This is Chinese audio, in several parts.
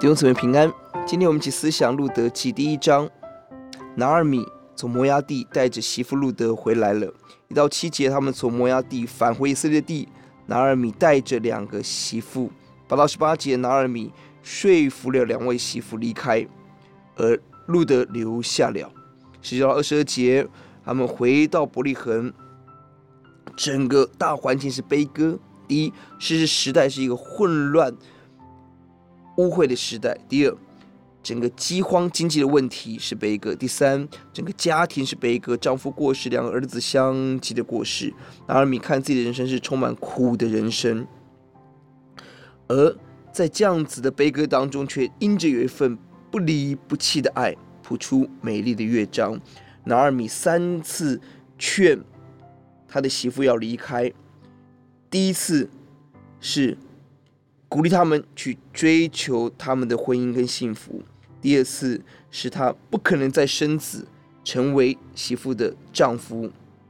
弟兄姊妹平安。今天我们一起思想路得记第1章。拿尔米从摩押地带着媳妇路得回来了。1到7节，他们从摩押地返回以色列地，拿尔米带着2个媳妇。8到18节，拿尔米说服了2位媳妇离开，而路得留下了。19到22节，他们回到伯利恒，整个大环境是悲歌。第一，时代是一个混乱污秽的时代。第二，整个饥荒经济的问题是悲歌。第三，整个家庭是悲歌，丈夫过世，2个儿子相继的过世。拿尔米看自己的人生是充满苦的人生，而在这样子的悲歌当中，却因着有一份不离不弃的爱，谱出美丽的乐章。拿尔米3次劝他的媳妇要离开。第一次是鼓励他们去追求他们的婚姻跟幸福。第二次是他不可能再生子，成为媳妇的丈夫，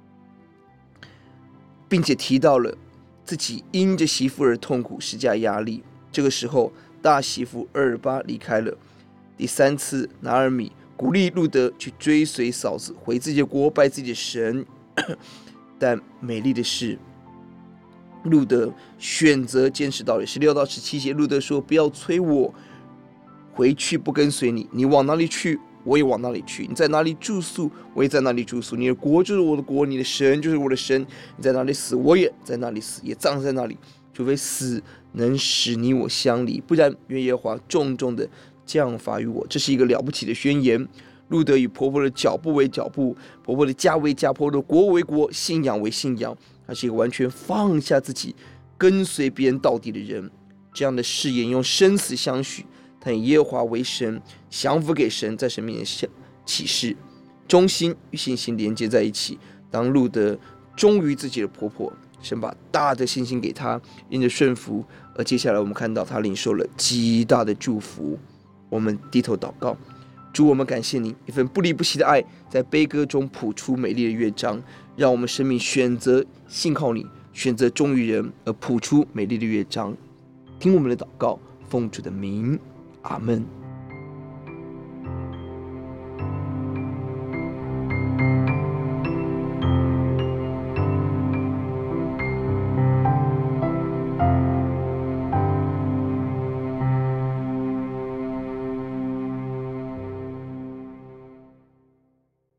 并且提到了自己因着媳妇而痛苦，施加压力。这个时候，大媳妇俄尔巴离开了。第3次，拿尔米鼓励路得去追随嫂子，回自己的国，拜自己的神。但美丽的是，路得选择坚持到底。16到17节，路得说：“不要催我回去，不跟随你。你往哪里去，我也往哪里去；你在哪里住宿，我也在哪里住宿。你的国就是我的国，你的神就是我的神。你在哪里死，我也在哪里死，也葬在那里。除非死能使你我相离，不然愿耶和华重重的降罚于我。”这是一个了不起的宣言。路得以婆婆的脚步为脚步，婆婆的家为家，婆婆的国为国，信仰为信仰。他是一个完全放下自己，跟随别人到底的人。这样的誓言用生死相许，他以耶和华为神，降服给神，在神面前起誓，忠心与信心连接在一起。当路得忠于自己的婆婆，神把大的信心给他，因着顺服。而接下来我们看到他领受了极大的祝福。我们低头祷告。主，我们感谢你一份不离不弃的爱，在悲歌中谱出美丽的乐章，让我们生命选择信靠你，选择忠于人，而谱出美丽的乐章。听我们的祷告，奉主的名，阿们。